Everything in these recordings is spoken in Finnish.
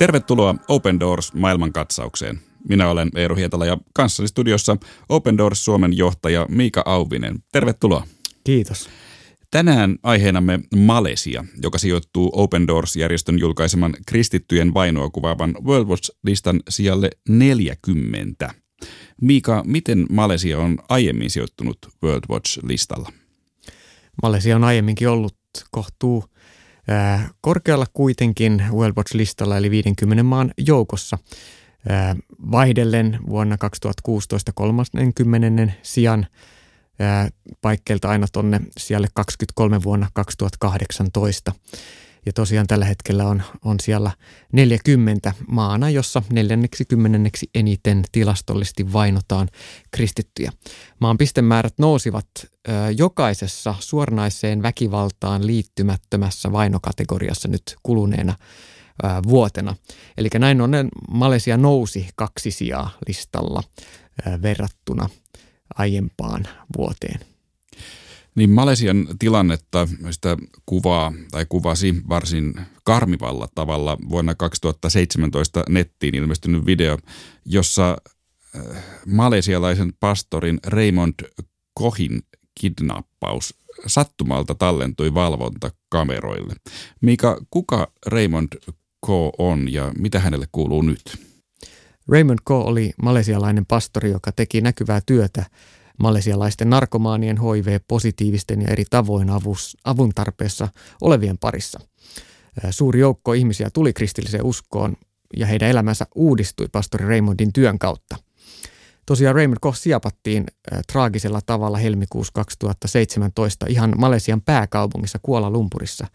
Tervetuloa Open Doors maailmankatsaukseen. Minä olen Eero Hietala ja kanssani studiossa Open Doors Suomen johtaja Miika Auvinen. Tervetuloa. Kiitos. Tänään aiheenamme Malesia, joka sijoittuu Open Doors-järjestön julkaiseman kristittyjen vainoa kuvaavan World Watch-listan sijalle 40. Miika, miten Malesia on aiemmin sijoittunut World Watch-listalla? Malesia on aiemminkin ollut kohtuu korkealla kuitenkin World Watch-listalla eli 50 maan joukossa. Vaihdellen vuonna 2016 30. sijan paikkeilta aina tonne sijalle 23 vuonna 2018. Ja tosiaan tällä hetkellä on siellä 40 maana, jossa 40 eniten tilastollisesti vainotaan kristittyjä. Maan pistemäärät nousivat jokaisessa suoranaiseen väkivaltaan liittymättömässä vainokategoriassa nyt kuluneena vuotena. Eli näin ollen Malesia nousi 2 sijaa listalla verrattuna aiempaan vuoteen. Niin Malesian tilannetta sitä kuvasi varsin karmivalla tavalla vuonna 2017 nettiin ilmestynyt video, jossa malesialaisen pastorin Raymond Kohin kidnappaus sattumalta tallentui valvontakameroille. Miika, kuka Raymond Ko on ja mitä hänelle kuuluu nyt? Raymond Ko oli malesialainen pastori, joka teki näkyvää työtä malesialaisten narkomaanien, HIV-positiivisten ja eri tavoin avun tarpeessa olevien parissa. Suuri joukko ihmisiä tuli kristilliseen uskoon ja heidän elämänsä uudistui pastori Raymondin työn kautta. Tosiaan Raymond Koh siapattiin traagisella tavalla helmikuussa 2017 ihan Malesian pääkaupungissa Kuala Lumpurissa.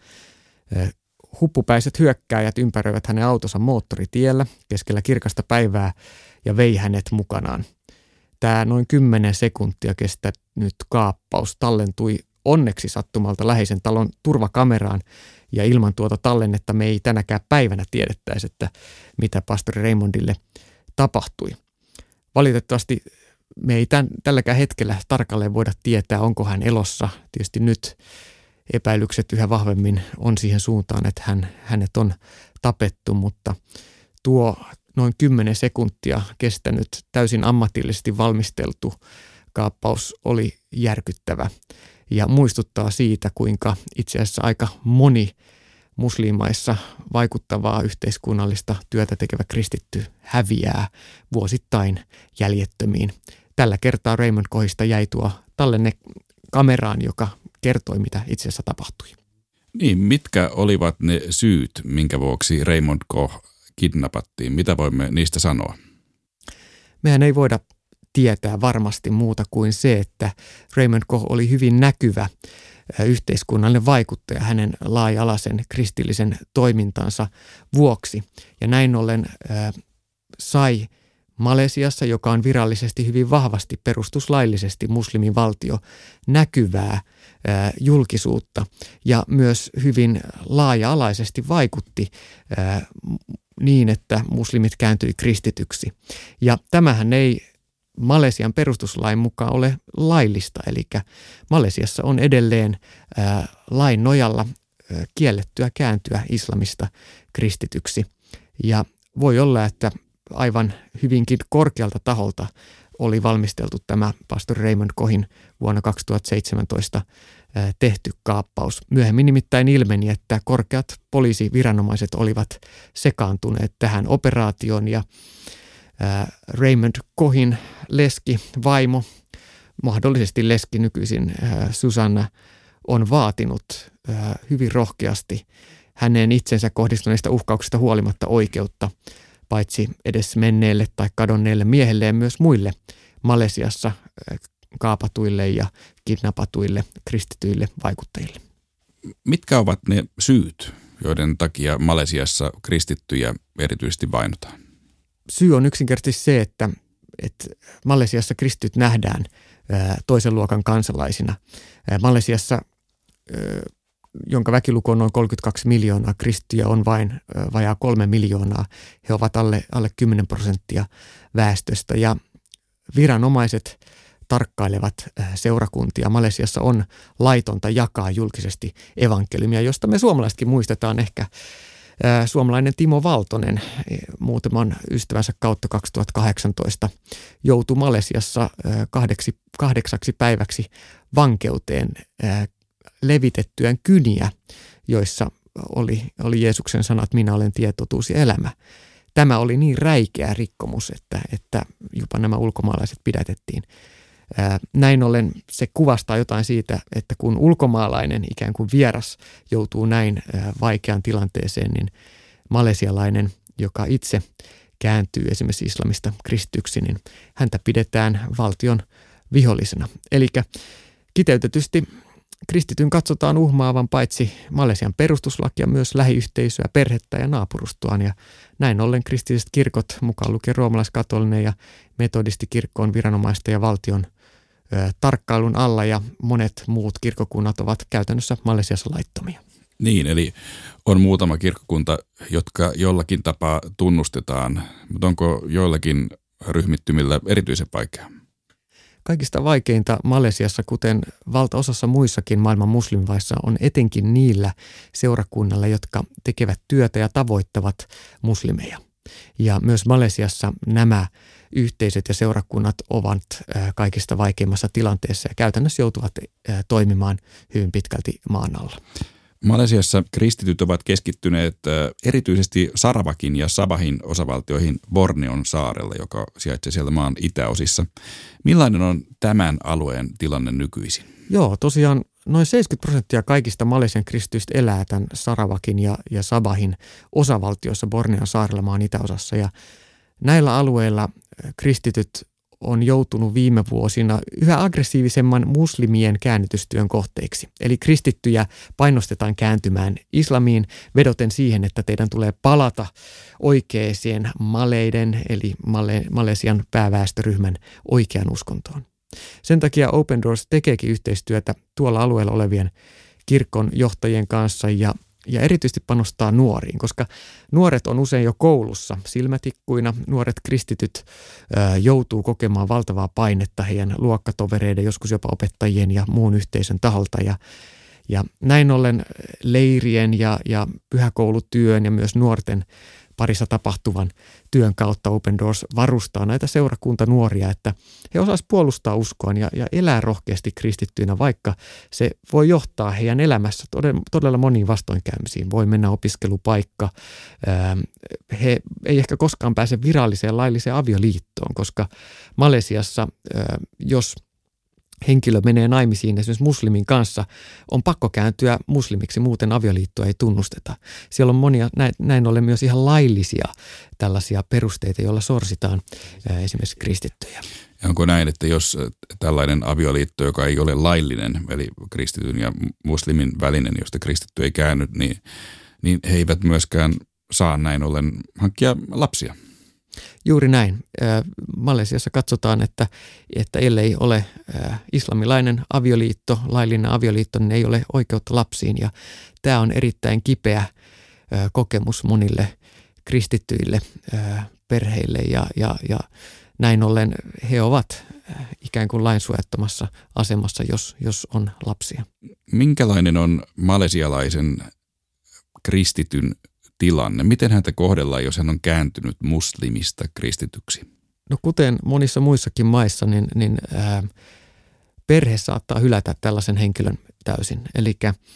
Huppupäiset hyökkääjät ympäröivät hänen autonsa moottoritiellä keskellä kirkasta päivää ja vei hänet mukanaan. Tämä noin 10 sekuntia kestänyt kaappaus tallentui onneksi sattumalta läheisen talon turvakameraan ja ilman tuota tallennetta me ei tänäkään päivänä tiedettäisi, että mitä pastori Raymondille tapahtui. Valitettavasti me ei tälläkään hetkellä tarkalleen voida tietää, onko hän elossa. Tietysti nyt epäilykset yhä vahvemmin on siihen suuntaan, että hänet on tapettu, mutta tuo noin 10 sekuntia kestänyt täysin ammatillisesti valmisteltu kaappaus oli järkyttävä ja muistuttaa siitä, kuinka itse asiassa aika moni muslimaissa vaikuttavaa yhteiskunnallista työtä tekevä kristitty häviää vuosittain jäljettömiin. Tällä kertaa Raymond Kohista jäi tuo tallenne kameraan, joka kertoi, mitä itse asiassa tapahtui. Niin, mitkä olivat ne syyt, minkä vuoksi Raymond Koh kidnappattiin? Mitä voimme niistä sanoa? Mehän ei voida tietää varmasti muuta kuin se, että Raymond Koh oli hyvin näkyvä yhteiskunnallinen vaikuttaja hänen laaja-alaisen kristillisen toimintansa vuoksi. Ja näin ollen sai Malesiassa, joka on virallisesti hyvin vahvasti perustuslaillisesti muslimivaltio, näkyvää julkisuutta ja myös hyvin laaja-alaisesti vaikutti niin, että muslimit kääntyi kristityksi. Ja tämähän ei Malesian perustuslain mukaan ole laillista, eli Malesiassa on edelleen lain nojalla kiellettyä kääntyä islamista kristityksi. Ja voi olla, että aivan hyvinkin korkealta taholta oli valmisteltu tämä pastori Raymond Kohin vuonna 2017 tehty kaappaus. Myöhemmin nimittäin ilmeni, että korkeat poliisiviranomaiset olivat sekaantuneet tähän operaatioon ja Raymond Kohin leski, vaimo, mahdollisesti leski nykyisin Susanna, on vaatinut hyvin rohkeasti hänen itsensä kohdistuneista uhkauksista huolimatta oikeutta paitsi edes menneelle tai kadonneelle miehelle ja myös muille Malesiassa kaapatuille ja kidnappatuille kristityille vaikuttajille. Mitkä ovat ne syyt, joiden takia Malesiassa kristittyjä erityisesti vainotaan? Syy on yksinkertaisesti se, että Malesiassa kristityt nähdään toisen luokan kansalaisina. Malesiassa, jonka väkiluku on noin 32 miljoonaa, kristittyjä on vain vajaa 3 miljoonaa. He ovat alle 10% väestöstä ja viranomaiset tarkkailevat seurakuntia. Malesiassa on laitonta jakaa julkisesti evankeliumia, josta me suomalaisetkin muistetaan ehkä Suomalainen Timo Valtonen muutaman ystävänsä kautta 2018 joutui Malesiassa 8 päiväksi vankeuteen levitettyään kyniä, joissa oli Jeesuksen sanat, minä olen tie, totuus ja elämä. Tämä oli niin räikeä rikkomus, että jopa nämä ulkomaalaiset pidätettiin. Näin ollen se kuvastaa jotain siitä, että kun ulkomaalainen ikään kuin vieras joutuu näin vaikeaan tilanteeseen, niin malesialainen, joka itse kääntyy esimerkiksi islamista kristityksi, niin häntä pidetään valtion vihollisena. Eli kiteytetysti kristityn katsotaan uhmaavan paitsi Malesian perustuslakia, myös lähiyhteisöä, perhettä ja naapurustoaan. Ja näin ollen kristilliset kirkot, mukaan lukien roomalaiskatolinen ja metodistikirkko, on viranomaisten ja valtion tarkkailun alla, ja monet muut kirkkokunnat ovat käytännössä Malesiassa laittomia. Niin, eli on muutama kirkkokunta, jotka jollakin tapaa tunnustetaan, mutta onko joillakin ryhmittymillä erityisen vaikeaa? Kaikista vaikeinta Malesiassa, kuten valtaosassa muissakin maailman muslimimaissa, on etenkin niillä seurakunnilla, jotka tekevät työtä ja tavoittavat muslimeja. Ja myös Malesiassa nämä yhteisöt ja seurakunnat ovat kaikista vaikeimmassa tilanteessa ja käytännössä joutuvat toimimaan hyvin pitkälti maan alla. Malesiassa kristityt ovat keskittyneet erityisesti Sarawakin ja Sabahin osavaltioihin Borneon saarella, joka sijaitsee siellä maan itäosissa. Millainen on tämän alueen tilanne nykyisin? Joo, tosiaan noin 70% kaikista Malesian kristityistä elää tämän Sarawakin ja Sabahin osavaltioissa Borneon saarella maan itäosassa. Ja näillä alueilla kristityt on joutunut viime vuosina yhä aggressiivisemman muslimien käännytystyön kohteiksi. Eli kristittyjä painostetaan kääntymään islamiin vedoten siihen, että teidän tulee palata oikeaan maleiden eli Malesian pääväestöryhmän oikean uskontoon. Sen takia Open Doors tekeekin yhteistyötä tuolla alueella olevien kirkon johtajien kanssa ja erityisesti panostaa nuoriin, koska nuoret on usein jo koulussa silmätikkuina. Nuoret kristityt joutuu kokemaan valtavaa painetta heidän luokkatovereiden, joskus jopa opettajien ja muun yhteisön taholta. Ja näin ollen leirien ja pyhäkoulutyön ja myös nuorten parissa tapahtuvan työn kautta Open Doors varustaa näitä seurakuntanuoria, että he osaisivat puolustaa uskoaan ja elää rohkeasti kristittyinä, vaikka se voi johtaa heidän elämässä todella moniin vastoinkäymisiin. Voi mennä opiskelupaikka. He ei ehkä koskaan pääse viralliseen lailliseen avioliittoon, koska Malesiassa, jos henkilö menee naimisiin esimerkiksi muslimin kanssa, on pakko kääntyä muslimiksi, muuten avioliittoa ei tunnusteta. Siellä on monia, näin ollen myös ihan laillisia tällaisia perusteita, joilla sorsitaan esimerkiksi kristittyjä. Ja onko näin, että jos tällainen avioliitto, joka ei ole laillinen, eli kristityn ja muslimin välinen, josta kristitty ei käänny, niin he eivät myöskään saa näin ollen hankkia lapsia? Juuri näin. Malesiassa katsotaan, että ellei ole islamilainen avioliitto, laillinen avioliitto, niin ei ole oikeutta lapsiin. Ja tämä on erittäin kipeä kokemus monille kristittyille perheille ja näin ollen he ovat ikään kuin lainsuojattomassa asemassa, jos on lapsia. Minkälainen on malesialaisen kristityn tilanne? Miten häntä kohdellaan, jos hän on kääntynyt muslimista kristityksi? No kuten monissa muissakin maissa, niin perhe saattaa hylätä tällaisen henkilön täysin. Eli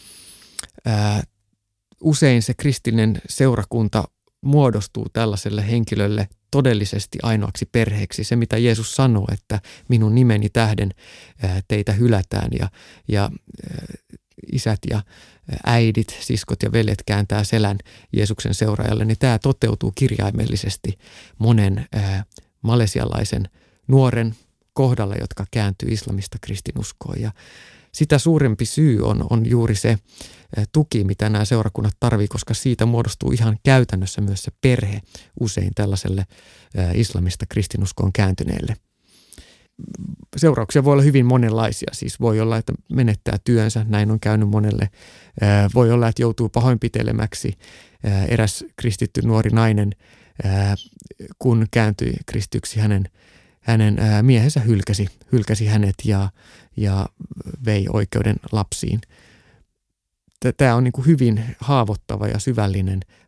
usein se kristillinen seurakunta muodostuu tällaiselle henkilölle todellisesti ainoaksi perheeksi. Se, mitä Jeesus sanoo, että minun nimeni tähden teitä hylätään ja isät ja äidit, siskot ja veljet kääntää selän Jeesuksen seuraajalle, niin tämä toteutuu kirjaimellisesti monen malesialaisen nuoren kohdalla, jotka kääntyy islamista kristinuskoon. Ja sitä suurempi syy on juuri se tuki, mitä nämä seurakunnat tarvitsevat, koska siitä muodostuu ihan käytännössä myös se perhe usein tällaiselle islamista kristinuskoon kääntyneelle. Seurauksia voi olla hyvin monenlaisia. Siis voi olla, että menettää työnsä, näin on käynyt monelle. Voi olla, että joutuu pahoinpitelemäksi. Eräs kristitty nuori nainen, kun kääntyi kristityksi, hänen miehensä hylkäsi hänet ja vei oikeuden lapsiin. Tämä on niin kuin hyvin haavoittava ja syvällinen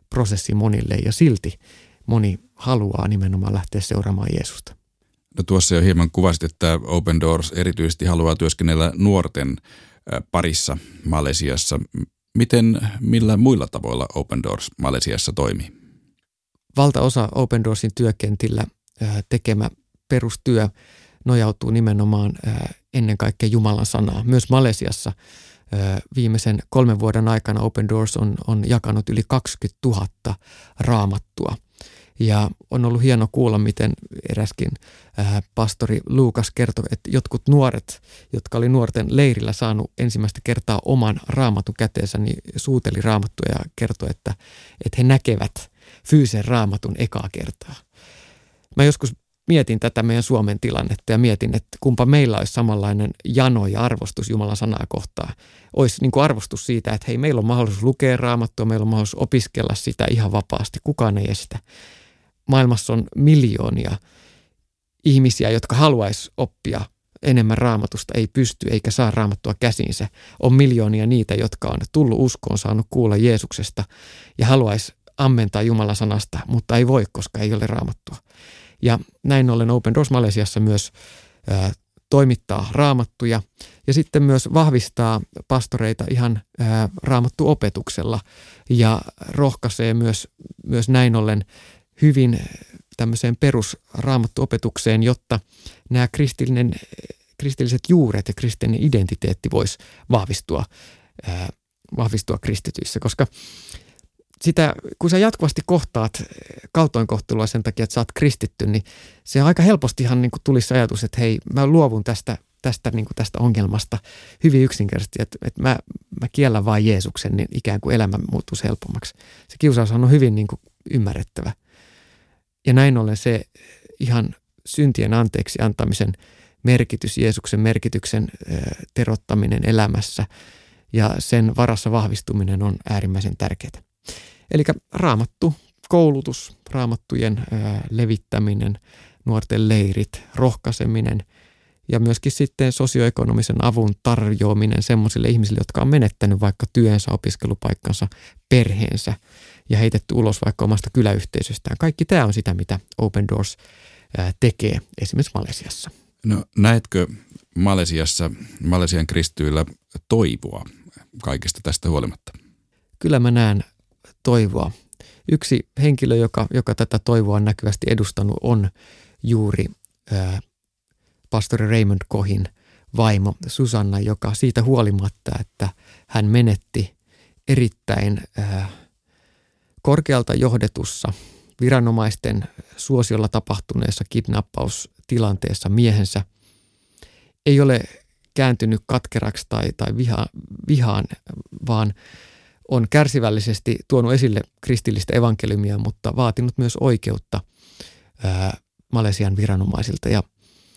prosessi monille ja silti moni haluaa nimenomaan lähteä seuraamaan Jeesusta. No tuossa jo hieman kuvasit, että Open Doors erityisesti haluaa työskennellä nuorten parissa Malesiassa. Millä muilla tavoilla Open Doors Malesiassa toimii? Valtaosa Open Doorsin työkentillä tekemä perustyö nojautuu nimenomaan ennen kaikkea Jumalan sanaa. Myös Malesiassa viimeisen 3 vuoden aikana Open Doors on jakanut yli 20 000 raamattua. Ja on ollut hieno kuulla, miten eräskin pastori Luukas kertoi, että jotkut nuoret, jotka oli nuorten leirillä saanut ensimmäistä kertaa oman raamatun käteensä, niin suuteli raamattua ja kertoi, että he näkevät fyysisen raamatun ekaa kertaa. Mä joskus mietin tätä meidän Suomen tilannetta ja mietin, että kumpa meillä olisi samanlainen jano ja arvostus Jumalan sanaa kohtaan. Olisi niin kuin arvostus siitä, että hei, meillä on mahdollisuus lukea raamattua, meillä on mahdollisuus opiskella sitä ihan vapaasti. Kukaan ei estä. Maailmassa on miljoonia ihmisiä, jotka haluaisi oppia enemmän raamatusta, ei pysty eikä saa raamattua käsiinsä. On miljoonia niitä, jotka on tullut uskoon, saanut kuulla Jeesuksesta ja haluaisi ammentaa Jumalan sanasta, mutta ei voi, koska ei ole raamattua. Ja näin ollen Open Doors Malesiassa myös toimittaa raamattuja ja sitten myös vahvistaa pastoreita ihan raamattuopetuksella ja rohkaisee myös näin ollen hyvin tämmöiseen perusraamattuopetukseen, jotta nämä kristilliset juuret ja kristillinen identiteetti voisi vahvistua kristityissä, koska kun sä jatkuvasti kohtaat kaltoinkohtelua sen takia, että sä oot kristitty, niin se aika helpostihan niin kuin tulisi ajatus, että hei, mä luovun tästä ongelmasta hyvin yksinkertaisesti, että mä kiellän vain Jeesuksen, niin ikään kuin elämä muuttuisi helpommaksi. Se kiusaus on hyvin niin kuin ymmärrettävä. Ja näin ollen se ihan syntien anteeksi antamisen merkitys, Jeesuksen merkityksen terottaminen elämässä ja sen varassa vahvistuminen on äärimmäisen tärkeää. Eli raamattu, koulutus, raamattujen levittäminen, nuorten leirit, rohkaiseminen ja myöskin sitten sosioekonomisen avun tarjoaminen semmoisille ihmisille, jotka on menettänyt vaikka työnsä, opiskelupaikkansa, perheensä ja heitetty ulos vaikka omasta kyläyhteisöstään. Kaikki tämä on sitä, mitä Open Doors tekee esimerkiksi Malesiassa. No näetkö Malesian kristityillä toivoa kaikesta tästä huolimatta? Kyllä mä näen toivoa. Yksi henkilö, joka tätä toivoa on näkyvästi edustanut, on juuri pastori Raymond Kohin vaimo Susanna, joka siitä huolimatta, että hän menetti erittäin korkealta johdetussa viranomaisten suosiolla tapahtuneessa kidnappaustilanteessa miehensä, ei ole kääntynyt katkeraksi tai vihaan, vaan on kärsivällisesti tuonut esille kristillistä evankeliumia, mutta vaatinut myös oikeutta Malesian viranomaisilta ja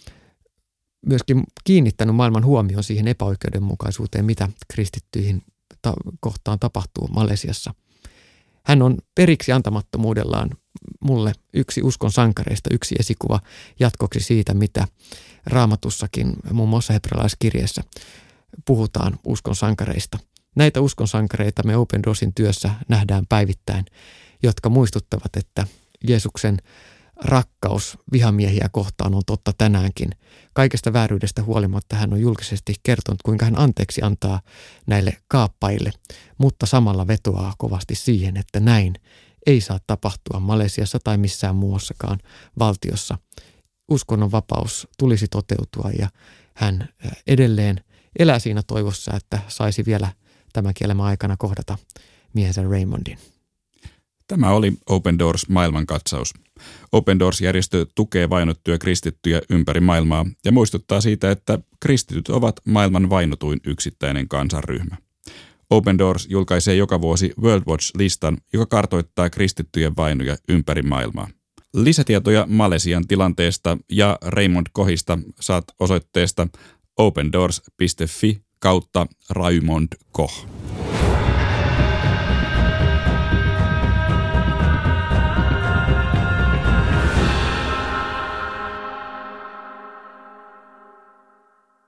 myöskin kiinnittänyt maailman huomioon siihen epäoikeudenmukaisuuteen, mitä kristittyihin kohtaan tapahtuu Malesiassa. Hän on periksi antamattomuudellaan mulle yksi uskon sankareista, yksi esikuva jatkoksi siitä, mitä Raamatussakin, muun muassa hebrealaiskirjeessä, puhutaan uskon sankareista. Näitä uskon sankareita me Open Doorsin työssä nähdään päivittäin, jotka muistuttavat, että Jeesuksen rakkaus vihamiehiä kohtaan on totta tänäänkin. Kaikesta vääryydestä huolimatta hän on julkisesti kertonut, kuinka hän anteeksi antaa näille kaappaille, mutta samalla vetoaa kovasti siihen, että näin ei saa tapahtua Malesiassa tai missään muussakaan valtiossa. Uskonnonvapaus tulisi toteutua ja hän edelleen elää siinä toivossa, että saisi vielä tämänkin elämän aikana kohdata miehensä Raymondin. Tämä oli Open Doors maailmankatsaus. Open Doors-järjestö tukee vainottuja kristittyjä ympäri maailmaa ja muistuttaa siitä, että kristityt ovat maailman vainotuin yksittäinen kansanryhmä. Open Doors julkaisee joka vuosi World Watch-listan, joka kartoittaa kristittyjen vainoja ympäri maailmaa. Lisätietoja Malesian tilanteesta ja Raymond Kohista saat osoitteesta opendoors.fi/Raymond Koh.